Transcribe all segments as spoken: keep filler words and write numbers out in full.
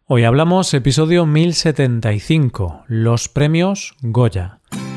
Hoy hablamos episodio mil setenta y cinco, los premios Goya.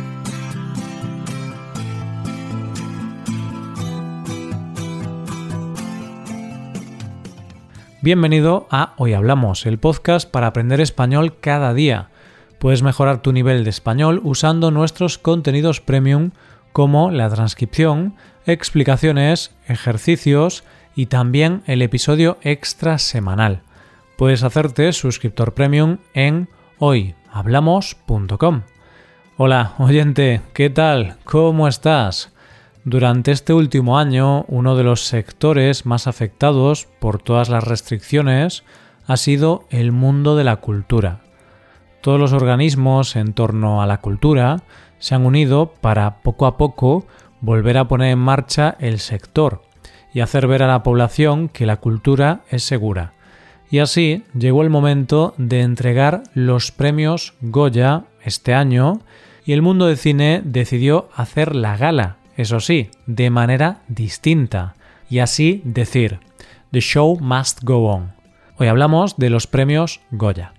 Bienvenido a Hoy Hablamos, el podcast para aprender español cada día. Puedes mejorar tu nivel de español usando nuestros contenidos premium como la transcripción, explicaciones, ejercicios y también el episodio extra semanal. Puedes hacerte suscriptor premium en hoy hablamos punto com. Hola, oyente, ¿qué tal? ¿Cómo estás? Durante este último año, uno de los sectores más afectados por todas las restricciones ha sido el mundo de la cultura. Todos los organismos en torno a la cultura se han unido para poco a poco volver a poner en marcha el sector y hacer ver a la población que la cultura es segura. Y así llegó el momento de entregar los premios Goya este año y el mundo del cine decidió hacer la gala, eso sí, de manera distinta, y así decir, The show must go on. Hoy hablamos de los premios Goya.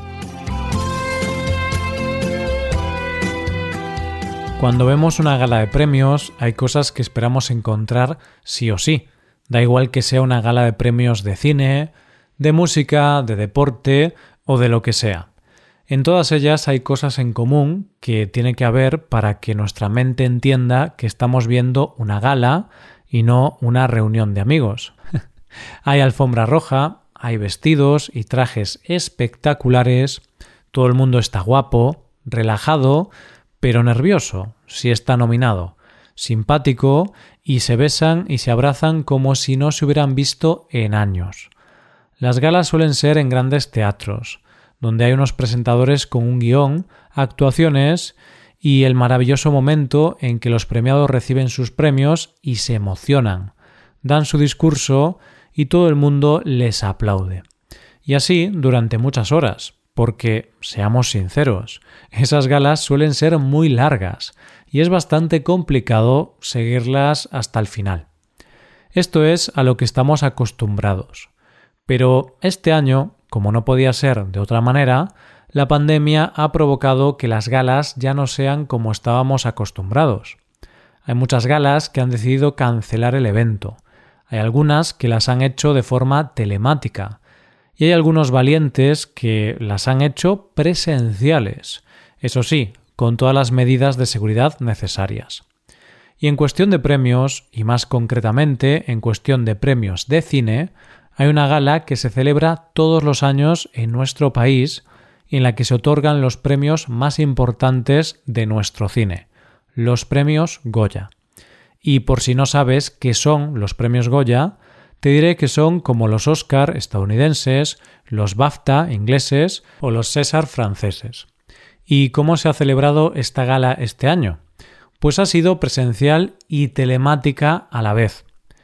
Cuando vemos una gala de premios, hay cosas que esperamos encontrar sí o sí. Da igual que sea una gala de premios de cine, de música, de deporte o de lo que sea. En todas ellas hay cosas en común que tiene que haber para que nuestra mente entienda que estamos viendo una gala y no una reunión de amigos. Hay alfombra roja, hay vestidos y trajes espectaculares, todo el mundo está guapo, relajado, pero nervioso si está nominado, simpático y se besan y se abrazan como si no se hubieran visto en años. Las galas suelen ser en grandes teatros, donde hay unos presentadores con un guión, actuaciones y el maravilloso momento en que los premiados reciben sus premios y se emocionan, dan su discurso y todo el mundo les aplaude. Y así durante muchas horas, porque, seamos sinceros, esas galas suelen ser muy largas y es bastante complicado seguirlas hasta el final. Esto es a lo que estamos acostumbrados. Pero este año, como no podía ser de otra manera, la pandemia ha provocado que las galas ya no sean como estábamos acostumbrados. Hay muchas galas que han decidido cancelar el evento. Hay algunas que las han hecho de forma telemática. Y hay algunos valientes que las han hecho presenciales. Eso sí, con todas las medidas de seguridad necesarias. Y en cuestión de premios, y más concretamente en cuestión de premios de cine, hay una gala que se celebra todos los años en nuestro país y en la que se otorgan los premios más importantes de nuestro cine, los premios Goya. Y por si no sabes qué son los premios Goya, te diré que son como los Oscar estadounidenses, los BAFTA ingleses o los César franceses. ¿Y cómo se ha celebrado esta gala este año? Pues ha sido presencial y telemática a la vez.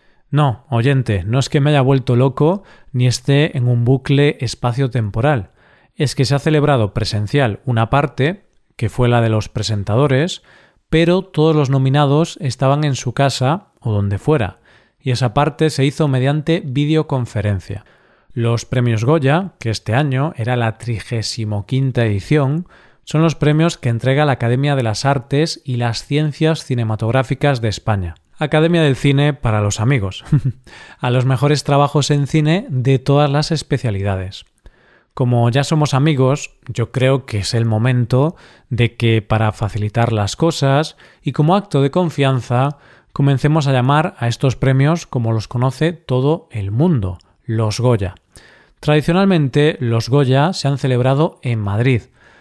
No, oyente, no es que me haya vuelto loco ni esté en un bucle espacio-temporal. Es que se ha celebrado presencial una parte, que fue la de los presentadores, pero todos los nominados estaban en su casa o donde fuera, y esa parte se hizo mediante videoconferencia. Los premios Goya, que este año era la trigésimo quinta edición, son los premios que entrega la Academia de las Artes y las Ciencias Cinematográficas de España. Academia del Cine para los amigos, a los mejores trabajos en cine de todas las especialidades. Como ya somos amigos, yo creo que es el momento de que, para facilitar las cosas y como acto de confianza, comencemos a llamar a estos premios como los conoce todo el mundo, los Goya. Tradicionalmente, los Goya se han celebrado en Madrid,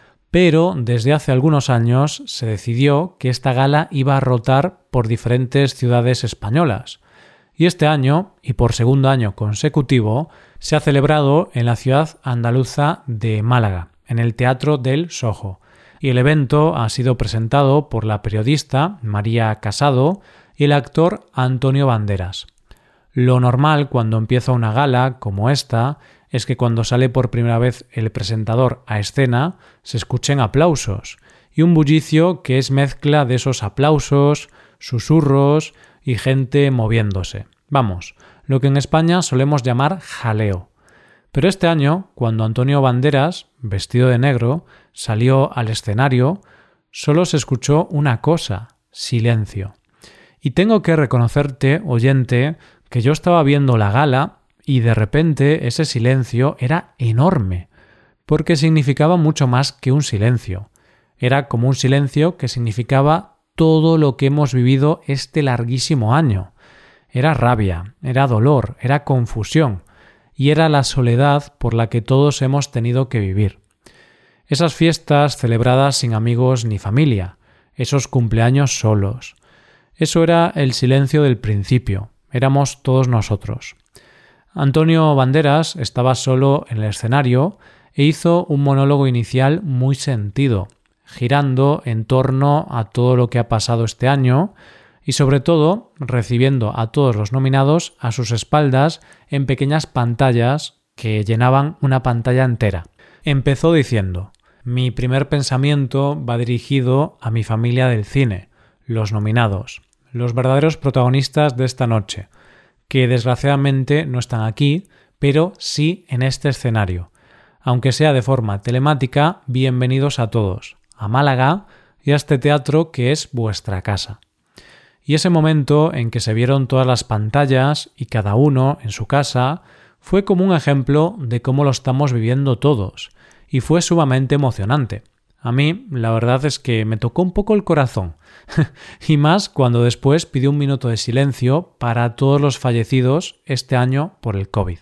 pero desde hace algunos años se decidió que esta gala iba a rotar por diferentes ciudades españolas. Y este año, y por segundo año consecutivo, se ha celebrado en la ciudad andaluza de Málaga, en el Teatro del Soho. Y el evento ha sido presentado por la periodista María Casado y el actor Antonio Banderas. Lo normal cuando empieza una gala como esta es que cuando sale por primera vez el presentador a escena se escuchen aplausos y un bullicio que es mezcla de esos aplausos, susurros y gente moviéndose. Vamos, lo que en España solemos llamar jaleo. Pero este año, cuando Antonio Banderas, vestido de negro, salió al escenario, solo se escuchó una cosa: silencio. Y tengo que reconocerte, oyente, que yo estaba viendo la gala y de repente ese silencio era enorme, porque significaba mucho más que un silencio. Era como un silencio que significaba todo lo que hemos vivido este larguísimo año. Era rabia, era dolor, era confusión, y era la soledad por la que todos hemos tenido que vivir. Esas fiestas celebradas sin amigos ni familia, esos cumpleaños solos. Eso era el silencio del principio, éramos todos nosotros. Antonio Banderas estaba solo en el escenario e hizo un monólogo inicial muy sentido, girando en torno a todo lo que ha pasado este año y sobre todo recibiendo a todos los nominados a sus espaldas en pequeñas pantallas que llenaban una pantalla entera. Empezó diciendo: mi primer pensamiento va dirigido a mi familia del cine, los nominados, los verdaderos protagonistas de esta noche, que desgraciadamente no están aquí, pero sí en este escenario. Aunque sea de forma telemática, bienvenidos a todos, a Málaga y a este teatro que es vuestra casa. Y ese momento en que se vieron todas las pantallas y cada uno en su casa fue como un ejemplo de cómo lo estamos viviendo todos, y fue sumamente emocionante. A mí, la verdad es que me tocó un poco el corazón, y más cuando después pidió un minuto de silencio para todos los fallecidos este año por el COVID.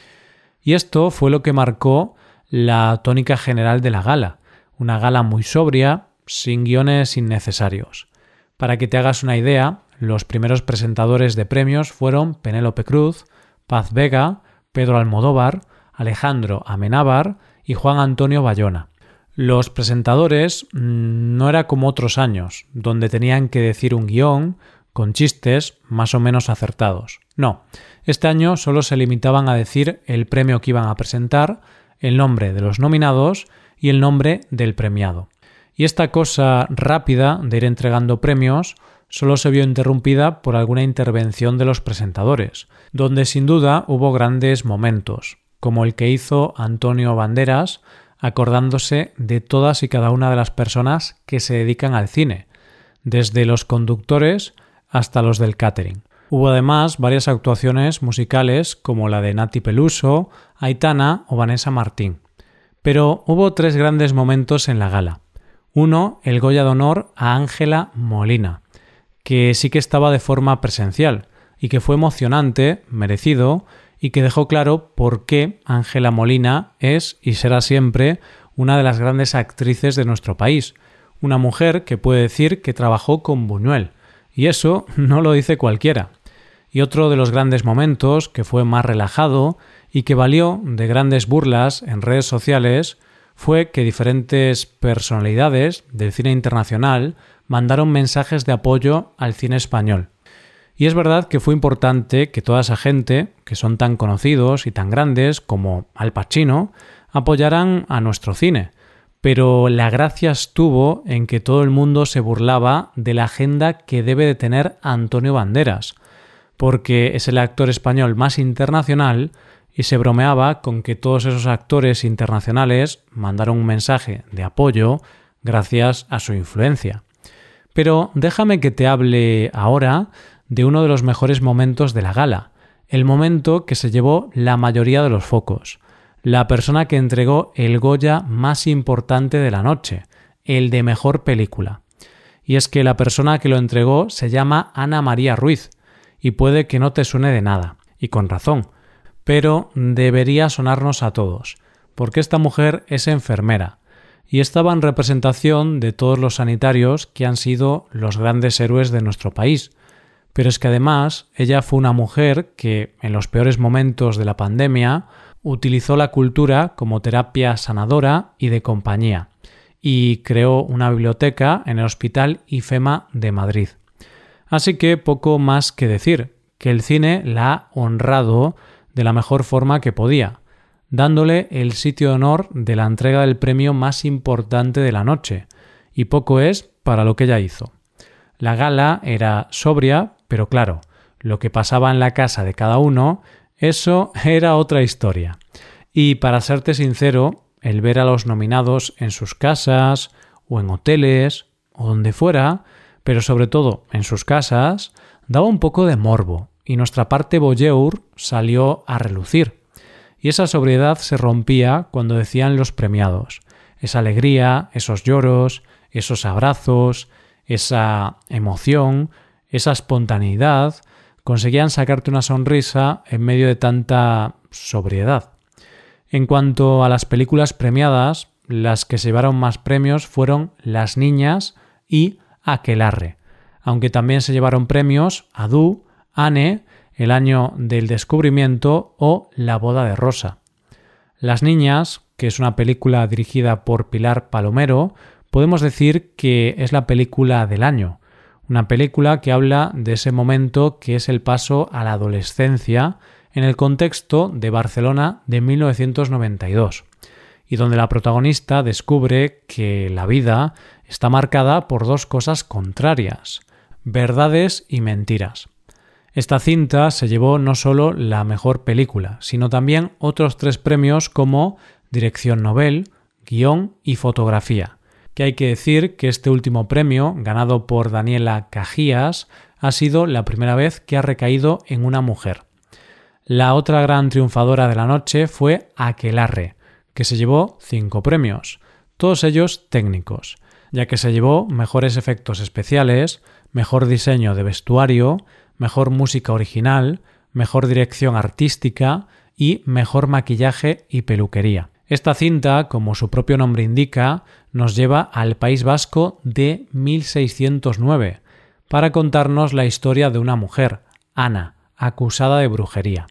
Y esto fue lo que marcó la tónica general de la gala, una gala muy sobria, sin guiones innecesarios. Para que te hagas una idea, los primeros presentadores de premios fueron Penélope Cruz, Paz Vega, Pedro Almodóvar, Alejandro Amenábar y Juan Antonio Bayona. Los presentadores mmm, no era como otros años, donde tenían que decir un guión con chistes más o menos acertados. No, este año solo se limitaban a decir el premio que iban a presentar, el nombre de los nominados y el nombre del premiado. Y esta cosa rápida de ir entregando premios solo se vio interrumpida por alguna intervención de los presentadores, donde sin duda hubo grandes momentos, como el que hizo Antonio Banderas, acordándose de todas y cada una de las personas que se dedican al cine, desde los conductores hasta los del catering. Hubo además varias actuaciones musicales como la de Nati Peluso, Aitana o Vanessa Martín. Pero hubo tres grandes momentos en la gala. Uno, el Goya de Honor a Ángela Molina, que sí que estaba de forma presencial y que fue emocionante, merecido, y que dejó claro por qué Ángela Molina es y será siempre una de las grandes actrices de nuestro país, una mujer que puede decir que trabajó con Buñuel, y eso no lo dice cualquiera. Y otro de los grandes momentos, que fue más relajado y que valió de grandes burlas en redes sociales, fue que diferentes personalidades del cine internacional mandaron mensajes de apoyo al cine español. Y es verdad que fue importante que toda esa gente, que son tan conocidos y tan grandes como Al Pacino, apoyaran a nuestro cine. Pero la gracia estuvo en que todo el mundo se burlaba de la agenda que debe de tener Antonio Banderas, porque es el actor español más internacional y se bromeaba con que todos esos actores internacionales mandaron un mensaje de apoyo gracias a su influencia. Pero déjame que te hable ahora de uno de los mejores momentos de la gala, el momento que se llevó la mayoría de los focos, la persona que entregó el Goya más importante de la noche, el de mejor película. Y es que la persona que lo entregó se llama Ana María Ruiz, y puede que no te suene de nada, y con razón, pero debería sonarnos a todos, porque esta mujer es enfermera, y estaba en representación de todos los sanitarios que han sido los grandes héroes de nuestro país. Pero es que además ella fue una mujer que, en los peores momentos de la pandemia, utilizó la cultura como terapia sanadora y de compañía, y creó una biblioteca en el Hospital IFEMA de Madrid. Así que poco más que decir, que el cine la ha honrado de la mejor forma que podía, dándole el sitio de honor de la entrega del premio más importante de la noche, y poco es para lo que ella hizo. La gala era sobria, pero claro, lo que pasaba en la casa de cada uno, eso era otra historia. Y para serte sincero, el ver a los nominados en sus casas o en hoteles o donde fuera, pero sobre todo en sus casas, daba un poco de morbo y nuestra parte voyeur salió a relucir. Y esa sobriedad se rompía cuando decían los premiados. Esa alegría, esos lloros, esos abrazos, esa emoción, esa espontaneidad, conseguían sacarte una sonrisa en medio de tanta sobriedad. En cuanto a las películas premiadas, las que se llevaron más premios fueron Las niñas y Aquelarre, aunque también se llevaron premios Adu, Anne, El año del descubrimiento o La boda de Rosa. Las niñas, que es una película dirigida por Pilar Palomero, podemos decir que es la película del año. Una película que habla de ese momento que es el paso a la adolescencia en el contexto de Barcelona de mil novecientos noventa y dos, y donde la protagonista descubre que la vida está marcada por dos cosas contrarias, verdades y mentiras. Esta cinta se llevó no solo la mejor película, sino también otros tres premios como Dirección Nobel, Guión y Fotografía, que hay que decir que este último premio, ganado por Daniela Cajías, ha sido la primera vez que ha recaído en una mujer. La otra gran triunfadora de la noche fue Aquelarre, que se llevó cinco premios, todos ellos técnicos, ya que se llevó mejores efectos especiales, mejor diseño de vestuario, mejor música original, mejor dirección artística y mejor maquillaje y peluquería. Esta cinta, como su propio nombre indica, nos lleva al País Vasco de mil seiscientos nueve para contarnos la historia de una mujer, Ana, acusada de brujería.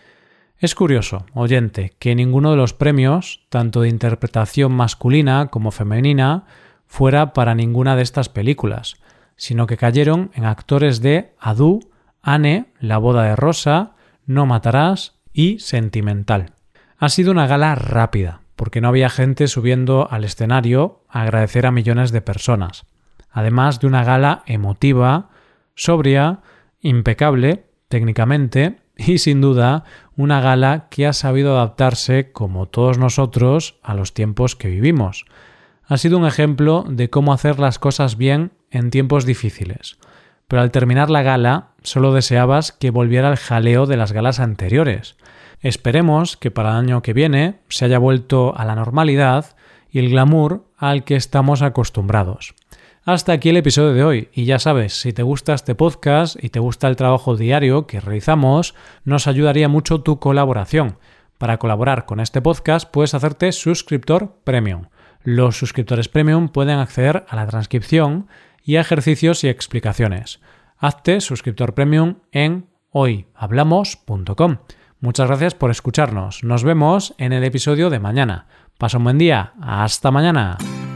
Es curioso, oyente, que ninguno de los premios, tanto de interpretación masculina como femenina, fuera para ninguna de estas películas, sino que cayeron en actores de Adu, Anne, La boda de Rosa, No matarás y Sentimental. Ha sido una gala rápida, porque no había gente subiendo al escenario a agradecer a millones de personas. Además de una gala emotiva, sobria, impecable, técnicamente, y sin duda una gala que ha sabido adaptarse, como todos nosotros, a los tiempos que vivimos. Ha sido un ejemplo de cómo hacer las cosas bien en tiempos difíciles. Pero al terminar la gala, solo deseabas que volviera el jaleo de las galas anteriores. Esperemos que para el año que viene se haya vuelto a la normalidad y el glamour al que estamos acostumbrados. Hasta aquí el episodio de hoy, y ya sabes, si te gusta este podcast y te gusta el trabajo diario que realizamos, nos ayudaría mucho tu colaboración. Para colaborar con este podcast puedes hacerte suscriptor premium. Los suscriptores premium pueden acceder a la transcripción y a ejercicios y explicaciones. Hazte suscriptor premium en hoy hablamos punto com. Muchas gracias por escucharnos. Nos vemos en el episodio de mañana. Pasa un buen día. Hasta mañana.